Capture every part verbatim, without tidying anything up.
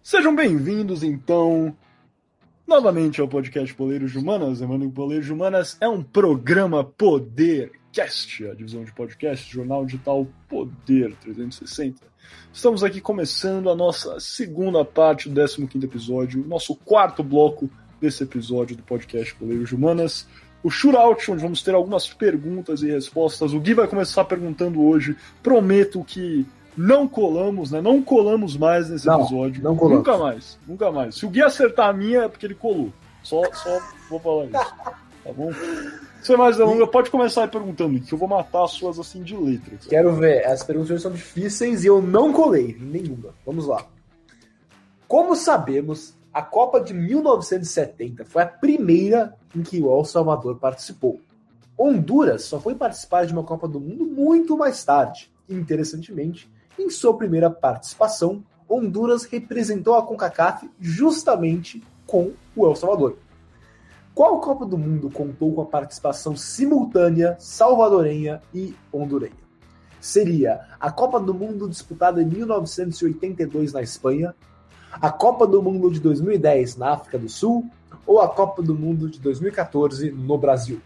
Sejam bem-vindos, então, novamente ao podcast Poleiros de Humanas. Lembrando que Poleiros de Humanas é um programa Podercast, a divisão de podcast, jornal digital Poder trezentos e sessenta. Estamos aqui começando a nossa segunda parte do décimo quinto episódio, nosso quarto bloco desse episódio do podcast Poleiros de Humanas, o Shootout, onde vamos ter algumas perguntas e respostas. O Gui vai começar perguntando hoje. Prometo que não colamos, né? Não colamos mais nesse não, episódio. Não colamos. Nunca mais, nunca mais. Se o Gui acertar a minha, é porque ele colou. Só, só vou falar isso. Tá bom? Sem mais delongas, pode começar aí perguntando, que eu vou matar as suas assim de letra. Cara. Quero ver. As perguntas são difíceis e eu não colei em nenhuma. Vamos lá. Como sabemos, a Copa de mil novecentos e setenta foi a primeira em que o El Salvador participou. Honduras só foi participar de uma Copa do Mundo muito mais tarde. Interessantemente, em sua primeira participação, Honduras representou a CONCACAF justamente com o El Salvador. Qual Copa do Mundo contou com a participação simultânea salvadorenha e hondurenha? Seria a Copa do Mundo disputada em mil novecentos e oitenta e dois na Espanha, a Copa do Mundo de dois mil e dez na África do Sul ou a Copa do Mundo de dois mil e quatorze no Brasil?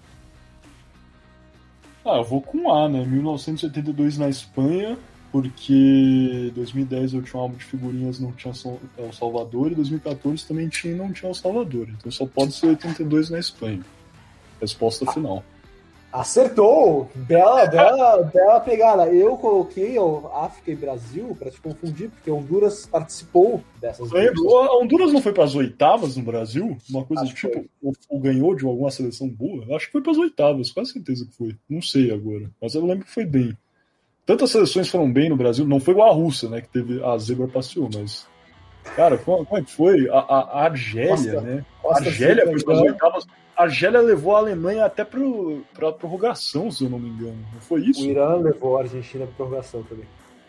Ah, eu vou com A, né? mil novecentos e oitenta e dois na Espanha, porque dois mil e dez eu tinha um álbum de figurinhas, não tinha El Salvador, e dois mil e quatorze também tinha não tinha El Salvador. Então só pode ser oitenta e dois na Espanha. Resposta final. Acertou! Bela, bela, bela pegada. Eu coloquei África e Brasil para te confundir, porque Honduras participou dessas duas. A Honduras não foi para as oitavas no Brasil? Uma coisa acho do tipo, ou, ou ganhou de alguma seleção boa? Eu acho que foi para as oitavas, quase certeza que foi. Não sei agora, mas eu lembro que foi bem. Tantas seleções foram bem no Brasil, não foi igual a Rússia, né, que teve a zebra passeou, mas... Cara, como é que foi? A, a, a Argélia, Costa, né? Costa a Argélia foi para as oitavas. A Argélia levou a Alemanha até para a prorrogação, se eu não me engano. Não foi isso? O Irã levou a Argentina para prorrogação também.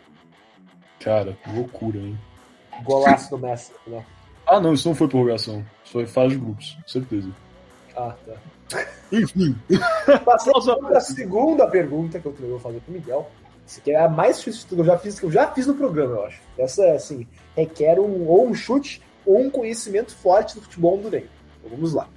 Cara, loucura, hein? Golaço do Messi, né? Ah, não, isso não foi prorrogação. Isso foi fase de grupos, certeza. Ah, tá. Enfim. Passando para a segunda pergunta que eu vou fazer para o Miguel. Essa aqui é a mais difícil que eu já fiz, que eu já fiz no programa, eu acho. Essa, assim, requer um, ou um chute ou um conhecimento forte do futebol hondurenho. Então vamos lá.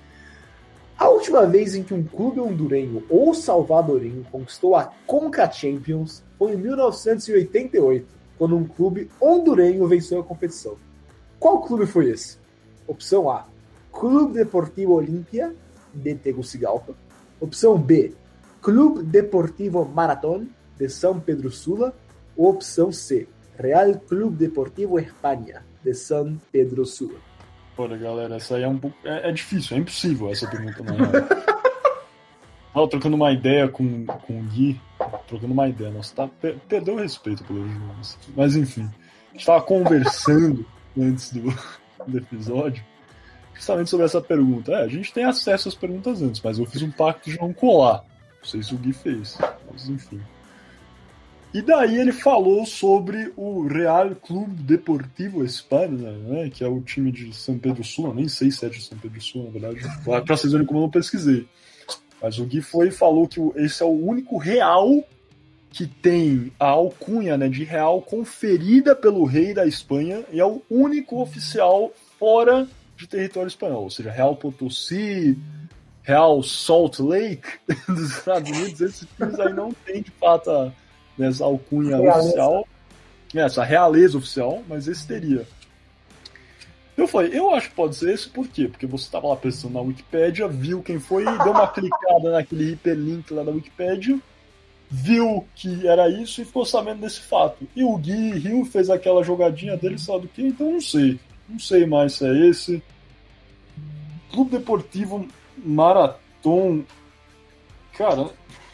A última vez em que um clube hondurenho ou salvadorenho conquistou a Conca Champions foi em mil novecentos e oitenta e oito, quando um clube hondurenho venceu a competição. Qual clube foi esse? Opção A, Clube Deportivo Olimpia, de Tegucigalpa. Opção B, Clube Deportivo Maratón, de São Pedro Sula. Ou opção C, Real Clube Deportivo Espanha, de São Pedro Sula. Olha, galera, essa aí é um pouco... É, é difícil, é impossível essa pergunta, na real. Tava trocando uma ideia com, com o Gui, trocando uma ideia, nossa, tá, per, perdeu o respeito pelos jogos. Mas enfim, a gente tava conversando antes do, do episódio, justamente sobre essa pergunta. É, a gente tem acesso às perguntas antes, mas eu fiz um pacto de não colar. Não sei se o Gui fez, mas enfim. E daí ele falou sobre o Real Clube Deportivo Espanha, né, que é o time de São Pedro Sula, nem sei se é de São Pedro Sula, na verdade, pra vocês verem como eu não pesquisei. Mas o Gui foi e falou que esse é o único real que tem a alcunha, né, de real conferida pelo rei da Espanha e é o único oficial fora de território espanhol, ou seja, Real Potosí, Real Salt Lake dos Estados Unidos, esses times aí não tem de fato a nessa alcunha realeza. Oficial, essa realeza oficial, mas esse teria. Eu falei, eu acho que pode ser esse, por quê? Porque você estava lá pensando na Wikipédia, viu quem foi, deu uma clicada naquele hiperlink lá da Wikipédia, viu que era isso e ficou sabendo desse fato. E o Gui riu, fez aquela jogadinha dele, sabe do que? Então não sei. Não sei mais se é esse. Clube Deportivo Maratón. Cara,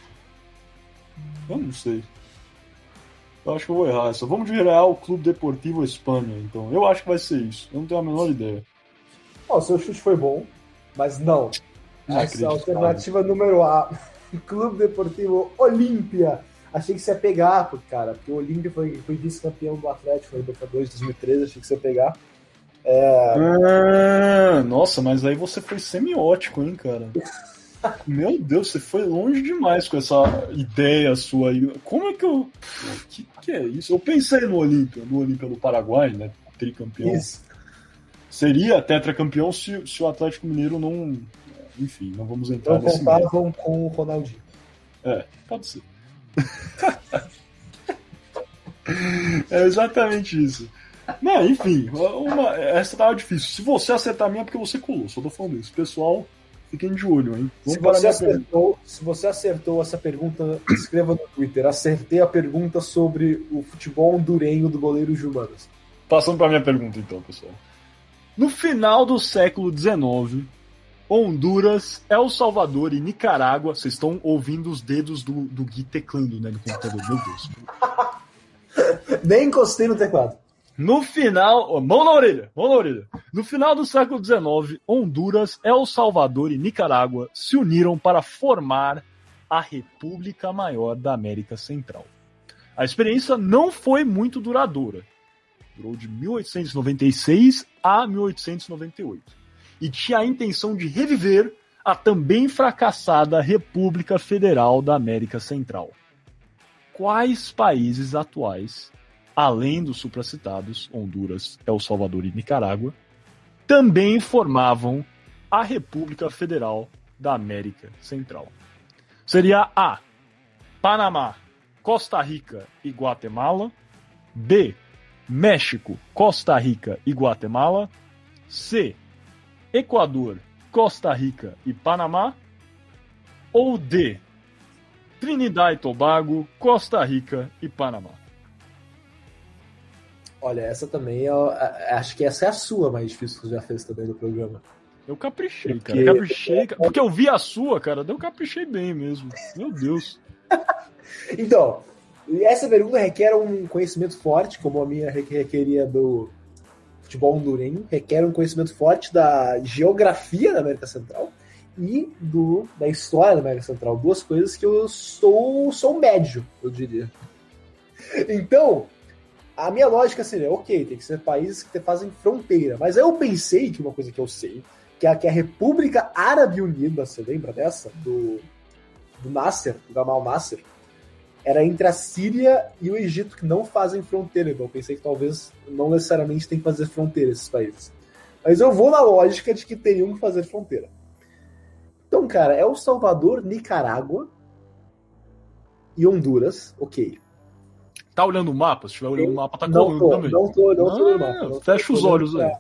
eu não sei. Eu acho que eu vou errar essa. Vamos de Real Clube Deportivo Espanha, então. Eu acho que vai ser isso. Eu não tenho a menor ideia. Oh, o seu chute foi bom, mas não. não Essa alternativa número A, Clube Deportivo Olímpia. Achei que você ia pegar, cara, porque o Olímpia foi, foi vice-campeão do Atlético na Libertadores de dois mil e treze, achei que você ia pegar. É... Ah, nossa, mas aí você foi semiótico, hein, cara? Meu Deus, você foi longe demais com essa ideia sua aí. Como é que eu... Que, que é isso? Eu pensei no Olímpia, no Olímpia do Paraguai, né? tricampeão. Isso. Seria tetracampeão se, se o Atlético Mineiro não... Enfim, não vamos entrar Não nesse contavam com o Ronaldinho. É, pode ser. É exatamente isso. Não, enfim, uma, essa tava difícil. Se você acertar a minha, é porque você colou, só tô falando isso. Pessoal, fiquem de olho, hein? Vamos Se para a você, minha acertou, se você acertou essa pergunta, escreva no Twitter. Acertei a pergunta sobre o futebol hondurenho do goleiro Gilmanos. Passando para a minha pergunta, então, pessoal. No final do século dezenove, Honduras, El Salvador e Nicarágua... Vocês estão ouvindo os dedos do, do Gui teclando, né, no computador. Meu Deus. Nem encostei no teclado. No final... Oh, mão na orelha, mão na orelha. No final do século dezenove, Honduras, El Salvador e Nicarágua se uniram para formar a República Maior da América Central. A experiência não foi muito duradoura. Durou de mil oitocentos e noventa e seis a mil oitocentos e noventa e oito. E tinha a intenção de reviver a também fracassada República Federal da América Central. Quais países atuais, além dos supracitados, Honduras, El Salvador e Nicarágua, também formavam a República Federal da América Central? Seria A. Panamá, Costa Rica e Guatemala. B. México, Costa Rica e Guatemala. C. Equador, Costa Rica e Panamá. Ou D. Trinidad e Tobago, Costa Rica e Panamá. Olha, essa também, eu, acho que essa é a sua mais difícil que você já fez também no programa. Eu caprichei, Porque... cara. Caprichei, porque eu vi a sua, cara. Eu caprichei bem mesmo. Meu Deus. Então, essa pergunta requer um conhecimento forte, como a minha requeria do futebol hondurenho, requer um conhecimento forte da geografia da América Central e do, da história da América Central. Duas coisas que eu sou, sou médio, eu diria. Então, a minha lógica seria, ok, tem que ser países que fazem fronteira. Mas aí eu pensei que uma coisa que eu sei, que é, que a República Árabe Unida, você lembra dessa? Do, do Nasser, do Gamal Nasser, era entre a Síria e o Egito, que não fazem fronteira. Então eu pensei que talvez não necessariamente tem que fazer fronteira esses países. Mas eu vou na lógica de que teriam que fazer fronteira. Então, cara, é El Salvador, Nicarágua e Honduras, ok. Tá olhando o mapa? Se estiver olhando o mapa, tá não correndo tô, também. Não tô, não tô ah, olhando o mapa. Não fecha tô, os tô olhos aí.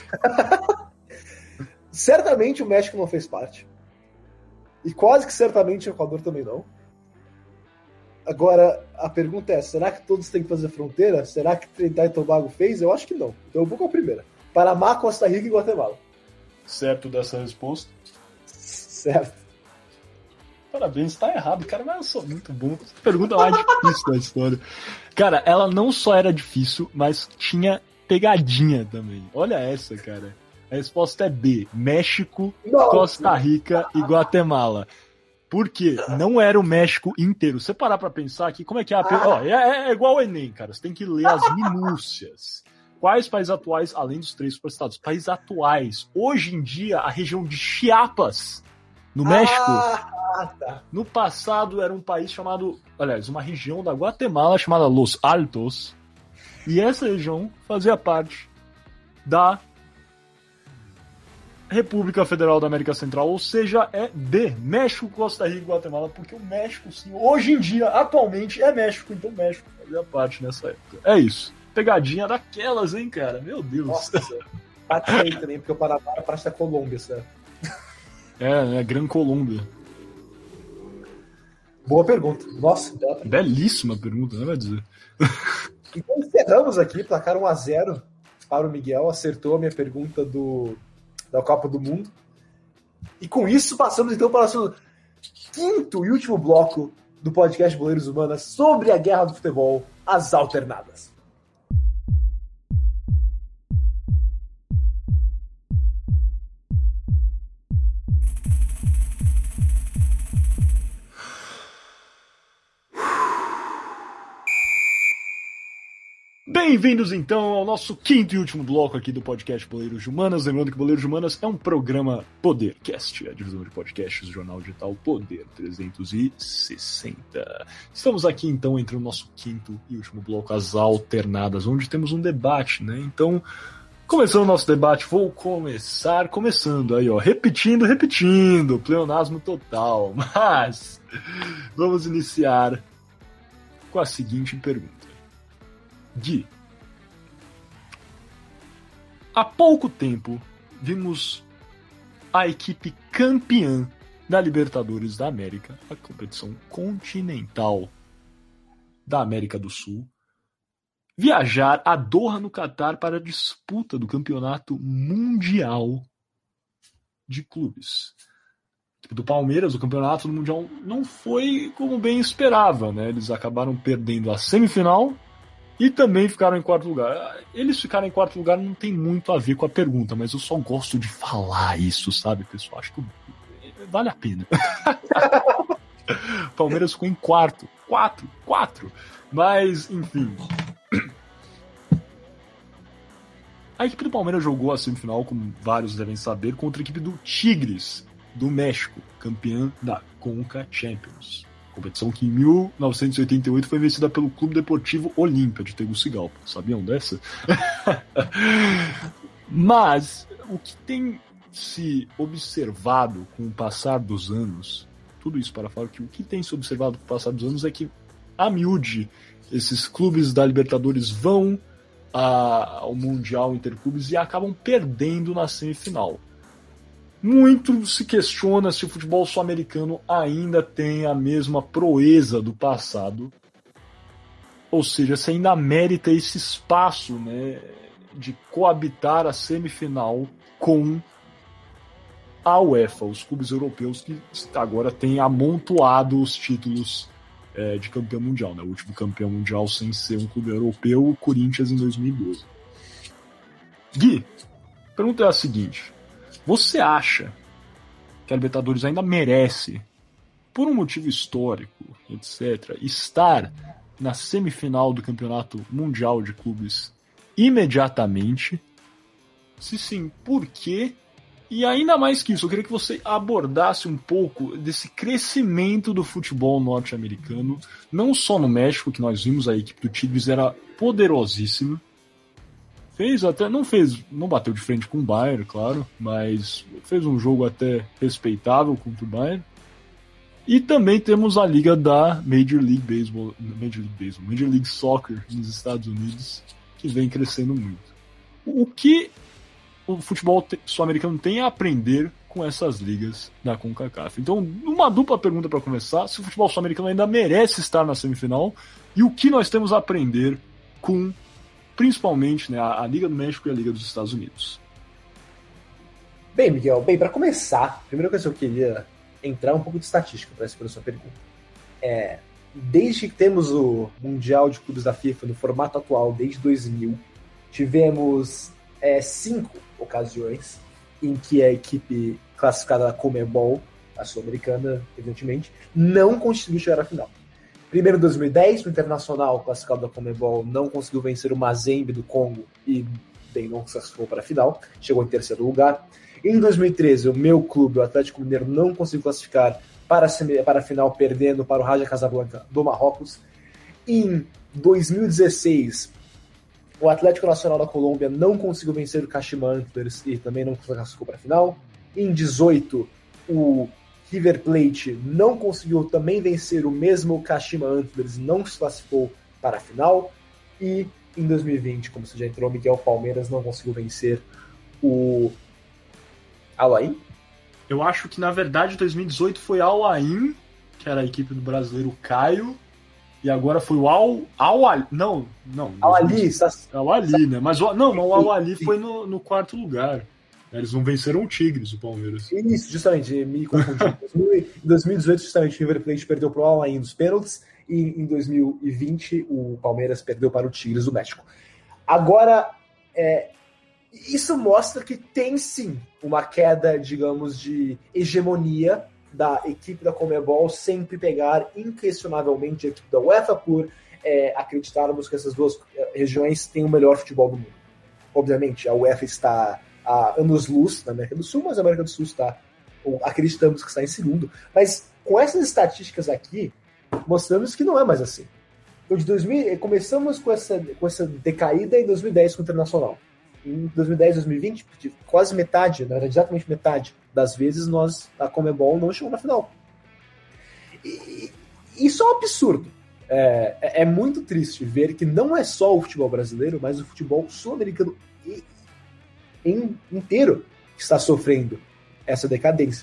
Certamente o México não fez parte. E quase que certamente o Equador também não. Agora, a pergunta é, será que todos têm que fazer fronteira? Será que Trinidad e Tobago fez? Eu acho que não. Então eu vou com a primeira. Panamá, Costa Rica e Guatemala. Certo dessa resposta? Certo. Parabéns, tá errado, cara, mas eu sou muito bom. Essa pergunta é mais difícil da história. Cara, ela não só era difícil, mas tinha pegadinha também. Olha essa, cara. A resposta é B. México, Nossa. Costa Rica e Guatemala. Por quê? Não era o México inteiro. Se você parar pra pensar aqui, como é que é a... Ó, é, é igual o Enem, cara. Você tem que ler as minúcias. Quais países atuais, além dos três superestados? Países atuais. Hoje em dia, a região de Chiapas, no México, ah, tá. no passado era um país chamado... Aliás, uma região da Guatemala chamada Los Altos. E essa região fazia parte da República Federal da América Central, ou seja, é D, México, Costa Rica e Guatemala, porque o México, sim, hoje em dia, atualmente, é México, então o México fazia parte nessa época. É isso. Pegadinha daquelas, hein, cara? Meu Deus. Nossa, bate aí também, porque o Paraná é praça da Colômbia, certo? É, é Gran Colômbia. Boa pergunta. Nossa, bela pergunta. Belíssima pergunta, né, vai dizer? Então encerramos aqui, placar um a zero para o Miguel, acertou a minha pergunta do da Copa do Mundo. E com isso, passamos então para o nosso quinto e último bloco do podcast Boleiros Humanas sobre a guerra do futebol, as alternadas. Bem-vindos então ao nosso quinto e último bloco aqui do podcast Boleiros de Humanas. Lembrando que Boleiros de Humanas é um programa Podercast, a divisão de podcasts do jornal digital Poder trezentos e sessenta. Estamos aqui então entre o nosso quinto e último bloco, as alternadas, onde temos um debate, né? Então, começando o nosso debate, vou começar começando aí, ó, repetindo, repetindo, pleonasmo total, mas vamos iniciar com a seguinte pergunta. Gui, há pouco tempo vimos a equipe campeã da Libertadores da América, a competição continental da América do Sul, viajar a Doha, no Catar, para a disputa do campeonato mundial de clubes. Do Palmeiras, o campeonato do mundial não foi como bem esperava, né? Eles acabaram perdendo a semifinal e também ficaram em quarto lugar. Eles ficaram em quarto lugar não tem muito a ver com a pergunta, mas eu só gosto de falar isso, sabe, pessoal? Acho que vale a pena. Palmeiras ficou em quarto. Quatro, quatro. Mas, enfim. A equipe do Palmeiras jogou a semifinal, como vários devem saber, contra a equipe do Tigres, do México, campeã da Conca Champions. Competição que em mil novecentos e oitenta e oito foi vencida pelo Clube Deportivo Olímpia de Tegucigalpa. Sabiam dessa? Mas o que tem se observado com o passar dos anos, tudo isso para falar que o que tem se observado com o passar dos anos é que, a miúde, esses clubes da Libertadores vão a, ao Mundial Interclubes e acabam perdendo na semifinal. Muito se questiona se o futebol sul-americano ainda tem a mesma proeza do passado, ou seja, se ainda merita esse espaço, né, de coabitar a semifinal com a UEFA, os clubes europeus que agora têm amontoado os títulos é, de campeão mundial, né? O último campeão mundial sem ser um clube europeu, o Corinthians em dois mil e doze. Gui, a pergunta é a seguinte: você acha que a Libertadores ainda merece, por um motivo histórico, etcétera, estar na semifinal do Campeonato Mundial de Clubes imediatamente? Se sim, por quê? E ainda mais que isso, eu queria que você abordasse um pouco desse crescimento do futebol norte-americano, não só no México, que nós vimos a equipe do Tigres era poderosíssima, fez até, não fez, não bateu de frente com o Bayern, claro, mas fez um jogo até respeitável contra o Bayern. E também temos a liga da Major League Baseball, Major League Baseball, Major League Soccer nos Estados Unidos, que vem crescendo muito. O que o futebol sul-americano tem a aprender com essas ligas da CONCACAF? Então, uma dupla pergunta para começar: se o futebol sul-americano ainda merece estar na semifinal e o que nós temos a aprender com, principalmente, né, a, a Liga do México e a Liga dos Estados Unidos. Bem, Miguel, bem, para começar, a primeira coisa que eu queria entrar um pouco de estatística para responder a sua pergunta. É, desde que temos o Mundial de Clubes da FIFA no formato atual, desde dois mil, tivemos é, cinco ocasiões em que a equipe classificada da Conmebol, a sul-americana, evidentemente, não conseguiu chegar à final. Primeiro em dois mil e dez, o Internacional, classificado da Conmebol, não conseguiu vencer o Mazembe do Congo e bem, não se classificou para a final, chegou em terceiro lugar. Em dois mil e treze, o meu clube, o Atlético Mineiro, não conseguiu classificar para a, para a final, perdendo para o Raja Casablanca do Marrocos. Em dois mil e dezesseis, o Atlético Nacional da Colômbia não conseguiu vencer o Kashima Antlers e também não classificou para a final. Em dezoito, o River Plate não conseguiu também vencer o mesmo Kashima Antlers e não se classificou para a final. E em dois mil e vinte, como você já entrou, Miguel, Palmeiras não conseguiu vencer o Al-Ain? Eu acho que, na verdade, dois mil e dezoito foi Al-Ain, que era a equipe do brasileiro Caio, e agora foi o Al... Al não, não. Al-Ali. Al-Ali, né? Mas o, não, o Al-Ali foi no, no quarto lugar. Eles não venceram o Tigres, o Palmeiras. Isso, justamente, me confundi. Em dois mil e dezoito, justamente, o River Plate perdeu para o Al-Ain nos pênaltis, e em dois mil e vinte, o Palmeiras perdeu para o Tigres do México. Agora, é, isso mostra que tem, sim, uma queda, digamos, de hegemonia da equipe da Conmebol sempre pegar inquestionavelmente a equipe da UEFA por é, acreditarmos que essas duas regiões têm o melhor futebol do mundo. Obviamente, a UEFA está a anos-luz na América do Sul, mas a América do Sul está, ou acreditamos que está em segundo. Mas com essas estatísticas aqui, mostramos que não é mais assim. Então, de dois mil, começamos com essa, com essa decaída em dois mil e dez com o Internacional. Em dois mil e dez, dois mil e vinte, quase metade, né, exatamente metade das vezes, nós, a Conmebol, não chegou na final. E, isso é um absurdo. É, é muito triste ver que não é só o futebol brasileiro, mas o futebol sul-americano inteiro que está sofrendo essa decadência.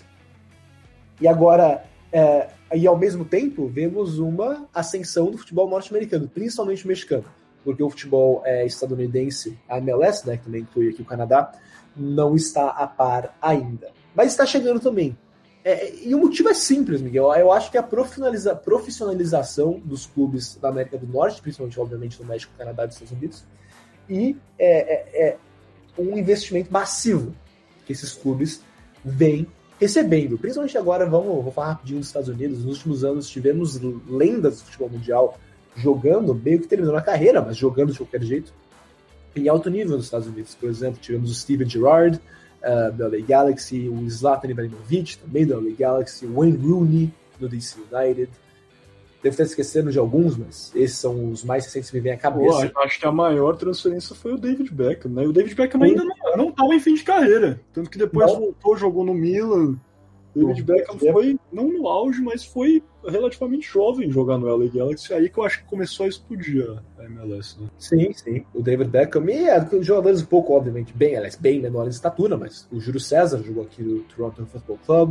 E agora, é, e ao mesmo tempo, vemos uma ascensão do futebol norte-americano, principalmente o mexicano, porque o futebol é, estadunidense, a M L S, né, que também inclui aqui o Canadá, não está a par ainda. Mas está chegando também. É, e o motivo é simples, Miguel. Eu acho que a profissionaliza- profissionalização dos clubes da América do Norte, principalmente, obviamente, no México, Canadá e dos Estados Unidos, e é, é, é um investimento massivo que esses clubes vêm recebendo. Principalmente agora, vamos, vou falar rapidinho dos Estados Unidos. Nos últimos anos tivemos lendas do futebol mundial jogando, meio que terminando a carreira, mas jogando de qualquer jeito, em alto nível nos Estados Unidos. Por exemplo, tivemos o Steven Gerrard, Uh, do L A Galaxy, o Zlatan Ibrahimovic, também do L A Galaxy, o Wayne Rooney, do D C United. Devo estar esquecendo de alguns, mas esses são os mais recentes que me vêm à cabeça. Pô, acho que a maior transferência foi o David Beckham, né? E o David Beckham ainda não estava em fim de carreira, tanto que depois não. voltou, jogou no Milan. O David não, Beckham foi, não no auge, mas foi relativamente jovem jogar no L A Galaxy, aí que eu acho que começou a explodir a M L S, né? Sim, sim. O David Beckham, e é, jogadores um pouco, obviamente, bem, aliás, bem menores de estatura, mas o Júlio César jogou aqui no Toronto Football Club,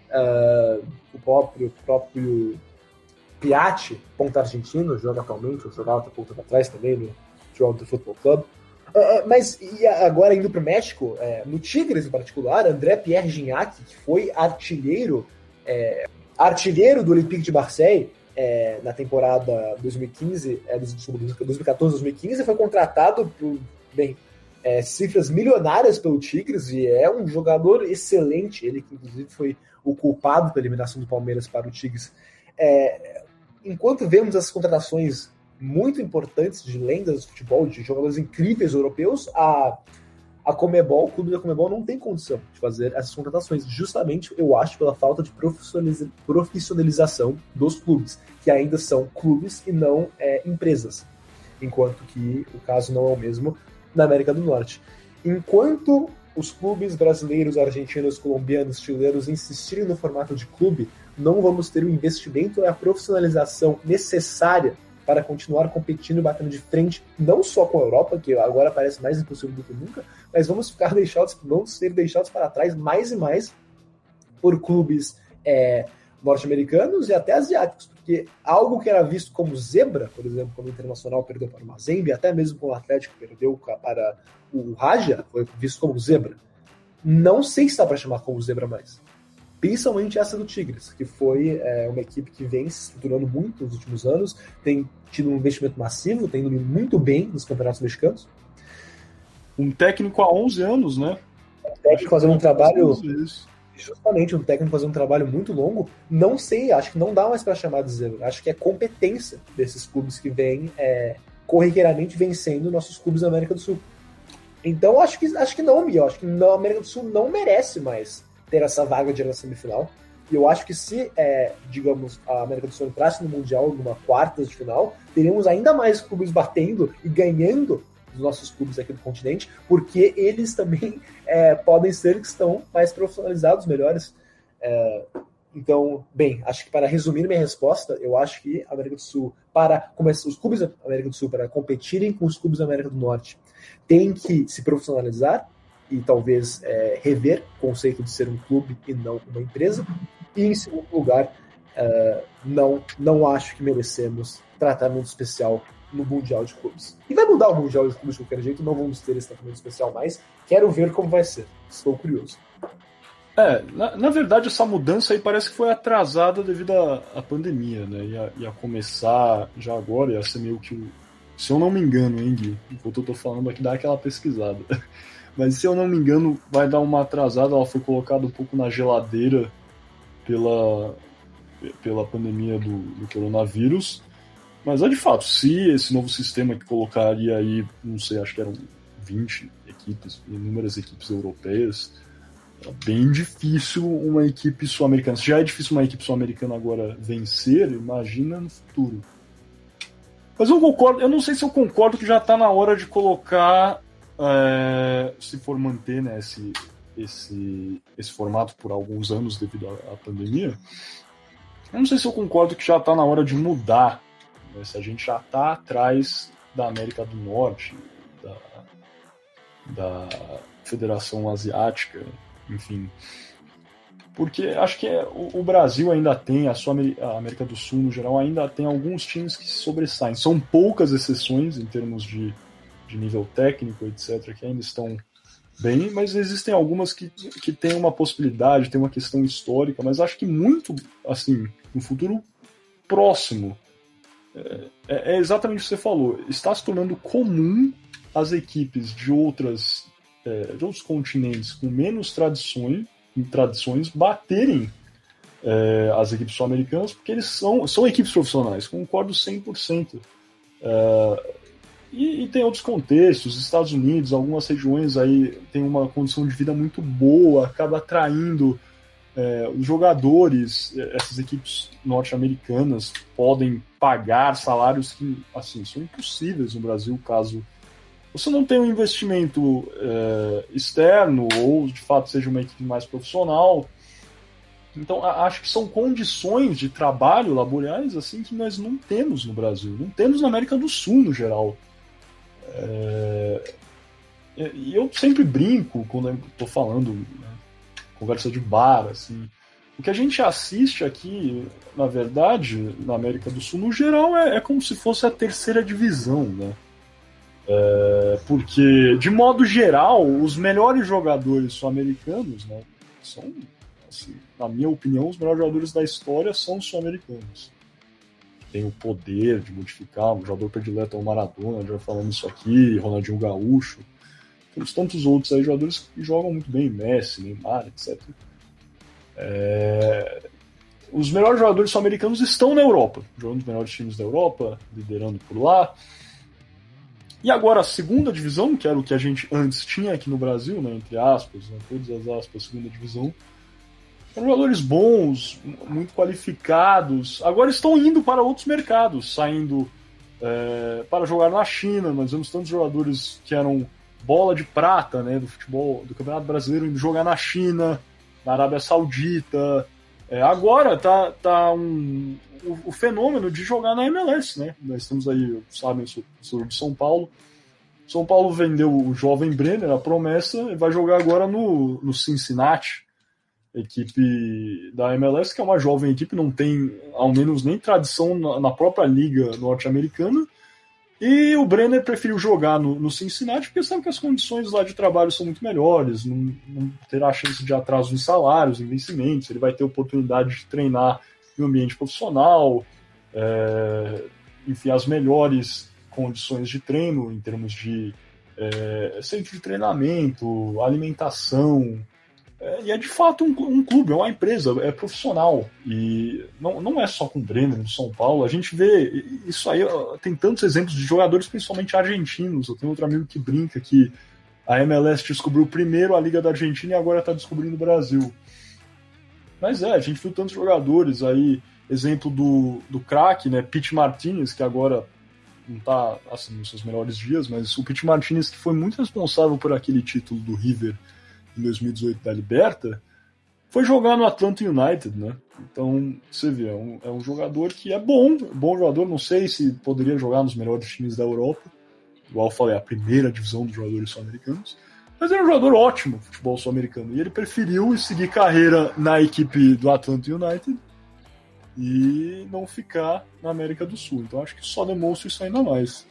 uh, o próprio, o próprio Piatti, ponta argentino, joga atualmente, ou jogava até pouco tempo atrás também no Toronto Football Club. Uh, mas e agora indo para o México, é, no Tigres em particular, André Pierre Gignac, que foi artilheiro, é, artilheiro do Olympique de Marseille é, na temporada dois mil e quinze, é, dois mil e catorze, dois mil e quinze, foi contratado por bem, é, cifras milionárias pelo Tigres e é um jogador excelente, ele que inclusive foi o culpado pela eliminação do Palmeiras para o Tigres. É, enquanto vemos as contratações muito importantes de lendas do futebol, de jogadores incríveis europeus, a, a Conmebol, o clube da Conmebol não tem condição de fazer essas contratações, justamente, eu acho, pela falta de profissionaliza, profissionalização dos clubes, que ainda são clubes e não é, empresas, enquanto que o caso não é o mesmo na América do Norte. Enquanto os clubes brasileiros, argentinos, colombianos, chilenos insistirem no formato de clube, não vamos ter o investimento e a profissionalização necessária para continuar competindo e batendo de frente, não só com a Europa, que agora parece mais impossível do que nunca, mas vamos ficar deixados, vamos ser deixados para trás mais e mais por clubes é, norte-americanos e até asiáticos, porque algo que era visto como zebra, por exemplo, quando o Internacional perdeu para o Mazembe, até mesmo quando o Atlético perdeu para o Raja, foi visto como zebra. Não sei se está para chamar como zebra mais. Principalmente essa do Tigres, que foi é, uma equipe que vem se estruturando muito nos últimos anos, tem tido um investimento massivo, tem ido muito bem nos campeonatos mexicanos. Um técnico há onze anos, né? Um técnico fazendo um trabalho... Justamente, um técnico fazendo um trabalho muito longo. Não sei, acho que não dá mais para chamar de zebra. Acho que é competência desses clubes que vêm é, corriqueiramente vencendo nossos clubes da América do Sul. Então, acho que, acho que não, Miguel. Acho que a América do Sul não merece mais ter essa vaga de ir na semifinal. E eu acho que se, é, digamos, a América do Sul entrasse no Mundial numa quartas de final, teríamos ainda mais clubes batendo e ganhando dos nossos clubes aqui do continente, porque eles também é, podem ser que estão mais profissionalizados, melhores. É, então, bem, acho que para resumir minha resposta, eu acho que a América do Sul, para começar, os clubes da América do Sul, para competirem com os clubes da América do Norte, têm que se profissionalizar e talvez é, rever o conceito de ser um clube e não uma empresa. E, em segundo lugar, uh, não, não acho que merecemos tratamento especial no Mundial de Clubes. E vai mudar o Mundial de Clubes de qualquer jeito, não vamos ter esse tratamento especial mais. Quero ver como vai ser. Estou curioso. É, na, na verdade, essa mudança aí parece que foi atrasada devido à, à pandemia, né? Ia, ia começar já agora, ia ser meio que... Se eu não me engano, hein, Gui? Enquanto eu tô falando aqui, dá aquela pesquisada. Mas se eu não me engano, vai dar uma atrasada. Ela foi colocada um pouco na geladeira pela, pela pandemia do, do coronavírus. Mas é de fato, se esse novo sistema que colocaria aí, não sei, acho que eram vinte equipes, inúmeras equipes europeias, é bem difícil uma equipe sul-americana. Se já é difícil uma equipe sul-americana agora vencer, imagina no futuro. Mas eu concordo, eu não sei se eu concordo que já está na hora de colocar, é, se for manter, né, esse, esse, esse formato por alguns anos devido à, à pandemia, eu não sei se eu concordo que já está na hora de mudar, né, se a gente já está atrás da América do Norte, da, da Federação Asiática, enfim. Porque acho que é, o, o Brasil ainda tem, a, sua, a América do Sul no geral, ainda tem alguns times que se sobressaem. São poucas exceções em termos de, de nível técnico, etcétera, que ainda estão bem, mas existem algumas que, que têm uma possibilidade, tem uma questão histórica, mas acho que muito, assim, no futuro próximo, é, é exatamente o que você falou, está se tornando comum as equipes de, outras, é, de outros continentes com menos tradições, tradições baterem é, as equipes sul-americanas, porque eles são, são equipes profissionais, concordo cem por cento. É, e, e tem outros contextos, Estados Unidos, algumas regiões aí tem uma condição de vida muito boa, acaba atraindo é, os jogadores, essas equipes norte-americanas podem pagar salários que assim, são impossíveis no Brasil, caso você não tem um investimento é, externo ou, de fato, seja uma equipe mais profissional. Então, acho que são condições de trabalho laborais assim, que nós não temos no Brasil. Não temos na América do Sul, no geral. É, e eu sempre brinco quando eu estou falando, né, conversa de bar, assim. O que a gente assiste aqui, na verdade, na América do Sul, no geral, é, é como se fosse a terceira divisão, né? É, porque, de modo geral, os melhores jogadores sul-americanos, né, são, assim, na minha opinião, os melhores jogadores da história são os sul-americanos. Tem o poder de modificar, um jogador predileto é o Maradona, já falando isso aqui, Ronaldinho Gaúcho. Temos tantos outros aí, jogadores que jogam muito bem, Messi, Neymar, etcétera. É, os melhores jogadores sul-americanos estão na Europa, jogando nos melhores times da Europa, liderando por lá. E agora a segunda divisão, que era o que a gente antes tinha aqui no Brasil, né, entre aspas, né, todas as aspas, segunda divisão, eram jogadores bons, muito qualificados, agora estão indo para outros mercados, saindo é, para jogar na China. Nós vemos tantos jogadores que eram bola de prata, né, do futebol, do Campeonato Brasileiro, indo jogar na China, na Arábia Saudita. É, agora tá, tá um... O, o fenômeno de jogar na M L S, né? Nós temos aí, sabem, sou de São Paulo. São Paulo vendeu o jovem Brenner, a promessa, e vai jogar agora no, no Cincinnati, equipe da M L S, que é uma jovem equipe, não tem, ao menos, nem tradição na, na própria liga norte-americana. E o Brenner preferiu jogar no, no Cincinnati porque sabe que as condições lá de trabalho são muito melhores, não, não terá chance de atraso em salários, em vencimentos, ele vai ter oportunidade de treinar em um ambiente profissional, é, enfim, as melhores condições de treino em termos de é, centro de treinamento, alimentação, é, e é de fato um, um clube, é uma empresa, é profissional, e não, não é só com o Brenner no São Paulo, a gente vê isso aí, tem tantos exemplos de jogadores, principalmente argentinos. Eu tenho outro amigo que brinca que a M L S descobriu primeiro a Liga da Argentina e agora está descobrindo o Brasil. Mas é, a gente viu tantos jogadores aí, exemplo do, do craque, né, Pete Martinez, que agora não está assim, nos seus melhores dias, mas o Pete Martinez, que foi muito responsável por aquele título do River em dois mil e dezoito da Liberta, foi jogar no Atlanta United, né? Então, você vê, é um, é um jogador que é bom, bom jogador, não sei se poderia jogar nos melhores times da Europa, igual eu falei, a primeira divisão dos jogadores sul-americanos, mas era um jogador ótimo, futebol sul-americano, e ele preferiu seguir carreira na equipe do Atlanta United e não ficar na América do Sul. Então acho que só demonstra isso ainda mais.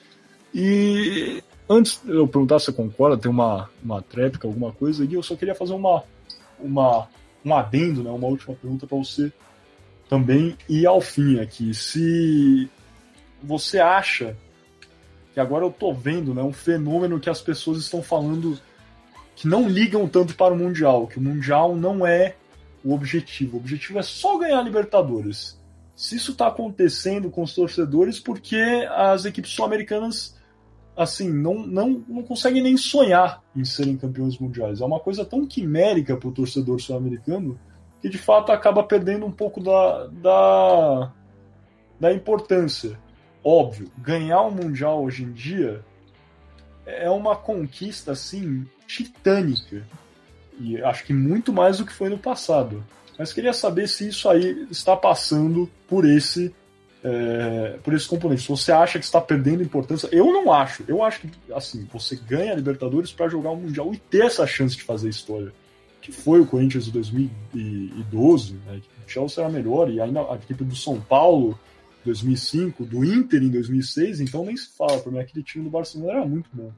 E antes de eu perguntar se você concorda, tem uma, uma tréplica, alguma coisa, e eu só queria fazer uma, uma, um adendo, né, uma última pergunta para você também, e ao fim aqui, se você acha que agora eu tô vendo, né, um fenômeno que as pessoas estão falando que não ligam tanto para o Mundial, que o Mundial não é o objetivo. O objetivo é só ganhar a Libertadores. se isso está acontecendo com os torcedores, porque as equipes sul-americanas assim, não, não, não conseguem nem sonhar em serem campeões mundiais. É uma coisa tão quimérica para o torcedor sul-americano que de fato acaba perdendo um pouco da, da, da importância. Óbvio, ganhar um mundial hoje em dia é uma conquista assim titânica, e acho que muito mais do que foi no passado. Mas queria saber se isso aí está passando por esse é, por esse componente. Se você acha que está perdendo importância, eu não acho. Eu acho que assim, você ganha a Libertadores para jogar o Mundial e ter essa chance de fazer história. Que foi o Corinthians de dois mil e doze, né? O Chelsea era melhor, e ainda a equipe do São Paulo em dois mil e cinco, do Inter em dois mil e seis, então nem se fala. Para mim, aquele time do Barcelona era muito bom.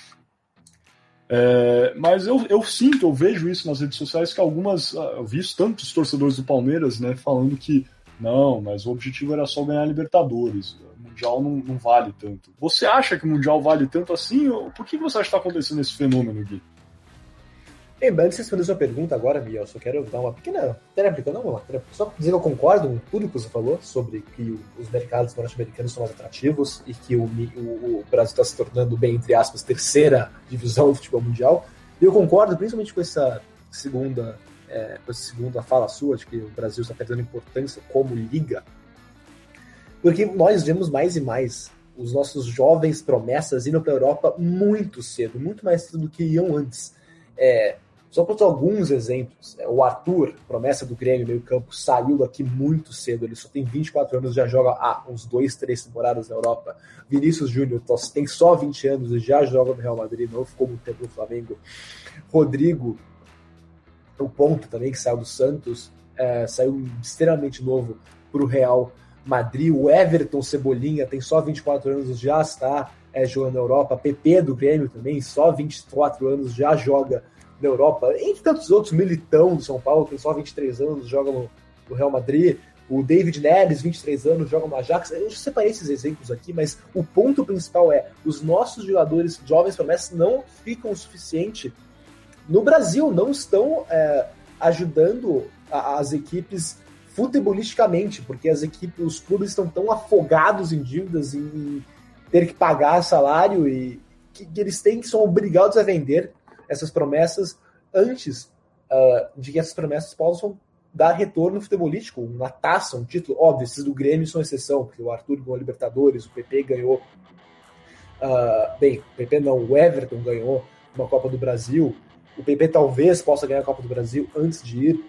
É, mas eu, eu sinto, eu vejo isso nas redes sociais, que algumas, eu vi tantos torcedores do Palmeiras, né, falando que não, mas o objetivo era só ganhar a Libertadores, o Mundial não, não vale tanto. Você acha que o Mundial vale tanto assim? Ou por que você acha que está acontecendo esse fenômeno, Gui? Bem, antes de responder a sua pergunta agora, Miguel, eu só quero dar uma pequena tréplica, não uma tréplica, só dizer que eu concordo com tudo que você falou sobre que os mercados norte-americanos são mais atrativos e que o, o, o Brasil está se tornando, bem, entre aspas, terceira divisão do futebol mundial. E eu concordo principalmente com essa segunda, é, com essa segunda fala sua, de que o Brasil está perdendo importância como liga, porque nós vemos mais e mais os nossos jovens promessas indo para a Europa muito cedo, muito mais cedo do que iam antes. É, Só para dar alguns exemplos, o Arthur, promessa do Grêmio, meio campo, saiu daqui muito cedo, ele só tem vinte e quatro anos, já joga há uns dois, três temporadas na Europa. Vinícius Júnior tem só vinte anos e já joga no Real Madrid, não ficou muito tempo no Flamengo. Rodrigo, o ponto também, que saiu do Santos, é, saiu extremamente novo para o Real Madrid. O Everton Cebolinha tem só vinte e quatro anos, já está é, jogando na Europa. P P do Grêmio também, só vinte e quatro anos, já joga na Europa, entre tantos outros. Militão do São Paulo, tem só vinte e três anos, joga no, no Real Madrid. O David Neres, vinte e três anos, joga no Ajax. Eu separei esses exemplos aqui, mas o ponto principal é os nossos jogadores jovens promessas não ficam o suficiente no Brasil, não estão é, ajudando a, as equipes futebolisticamente, porque as equipes, os clubes estão tão afogados em dívidas, em ter que pagar salário, e que, que eles têm que são obrigados a vender essas promessas antes uh, de que essas promessas possam dar retorno futebolístico, uma taça, um título. Óbvio, esses do Grêmio são exceção, porque o Arthur ganhou a Libertadores, o P P ganhou uh, bem, o P P não, o Everton ganhou uma Copa do Brasil, o P P talvez possa ganhar a Copa do Brasil antes de ir,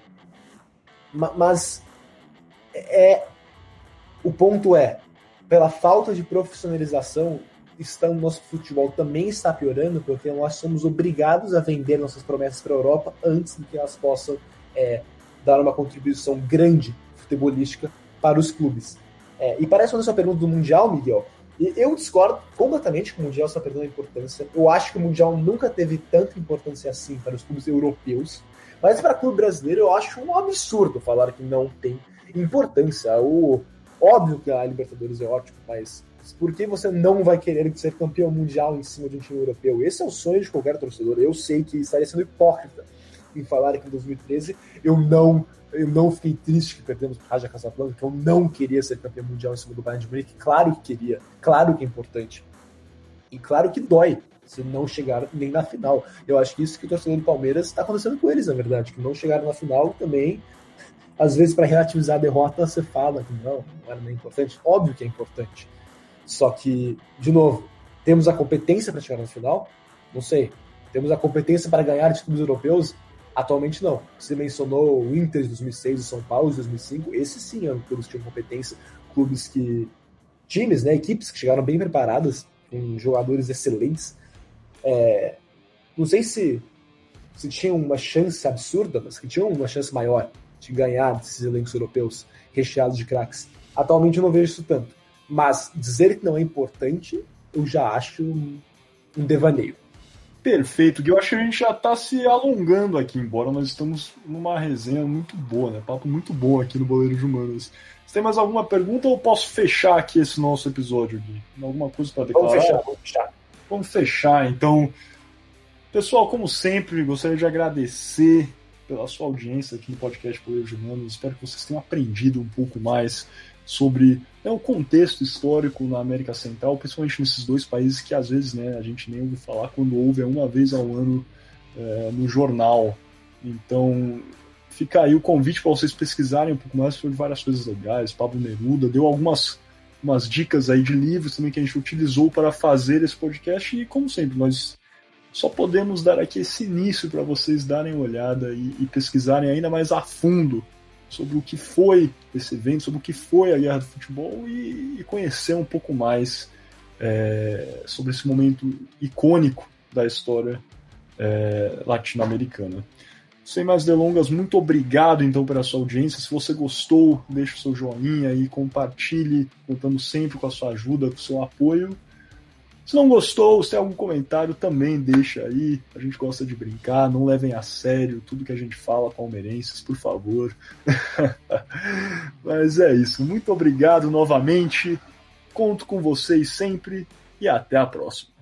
mas é, o ponto é, pela falta de profissionalização, está, o nosso futebol também está piorando, porque nós somos obrigados a vender nossas promessas para a Europa antes de que elas possam é, dar uma contribuição grande futebolística para os clubes. É, e parece que a sua pergunta do Mundial, Miguel, eu discordo completamente que o Mundial está perdendo a importância. Eu acho que o Mundial nunca teve tanta importância assim para os clubes europeus, mas para o clube brasileiro eu acho um absurdo falar que não tem importância. O, óbvio que a Libertadores é ótimo, mas por que você não vai querer ser campeão mundial em cima de um time europeu? Esse é o sonho de qualquer torcedor. Eu sei que estaria sendo hipócrita em falar que em dois mil e treze eu não, eu não fiquei triste que perdemos para o Raja Casablanca, que eu não queria ser campeão mundial em cima do Bayern de Munique. Claro que queria, claro que é importante. E claro que dói se não chegar nem na final. Eu acho que isso que o torcedor do Palmeiras está acontecendo com eles, na verdade, que não chegaram na final também. Às vezes, para relativizar a derrota, você fala que não, não era nem importante. Óbvio que é importante. Só que, de novo, temos a competência para chegar na final? Não sei. Temos a competência para ganhar títulos europeus? Atualmente não. Você mencionou o Inter de dois mil e seis, o São Paulo de dois mil e cinco. Esses sim eram clubes que tinham competência. Clubes que... Times, né? Equipes que chegaram bem preparadas, com jogadores excelentes. É, não sei se, se tinham uma chance absurda, mas que tinham uma chance maior de ganhar desses elencos europeus recheados de craques. Atualmente eu não vejo isso tanto. Mas dizer que não é importante, eu já acho um, um devaneio. Perfeito, Gui. Eu acho que a gente já está se alongando aqui, embora nós estamos numa resenha muito boa, né? Papo muito bom aqui no Boleiro de Humanas. Você tem mais alguma pergunta ou posso fechar aqui esse nosso episódio, Gui? Alguma coisa para declarar? Vamos fechar, vamos fechar. Vamos fechar, então. Pessoal, como sempre, gostaria de agradecer pela sua audiência aqui no podcast Poder de Humanos. Espero que vocês tenham aprendido um pouco mais sobre né, o contexto histórico na América Central, principalmente nesses dois países que às vezes né, a gente nem ouve falar, quando ouve é uma vez ao ano é, no jornal. Então fica aí o convite para vocês pesquisarem um pouco mais sobre várias coisas legais. Pablo Neruda deu algumas umas dicas aí de livros também que a gente utilizou para fazer esse podcast e, como sempre, nós só podemos dar aqui esse início para vocês darem uma olhada e, e pesquisarem ainda mais a fundo sobre o que foi esse evento, sobre o que foi a Guerra do Futebol e, e conhecer um pouco mais é, sobre esse momento icônico da história é, latino-americana. Sem mais delongas, muito obrigado então pela sua audiência. Se você gostou, deixe o seu joinha aí, compartilhe, contando sempre com a sua ajuda, com o seu apoio. Se não gostou, se tem algum comentário, também deixa aí. A gente gosta de brincar, não levem a sério tudo que a gente fala, palmeirenses, por favor. Mas é isso, muito obrigado novamente. Conto com vocês sempre e até a próxima.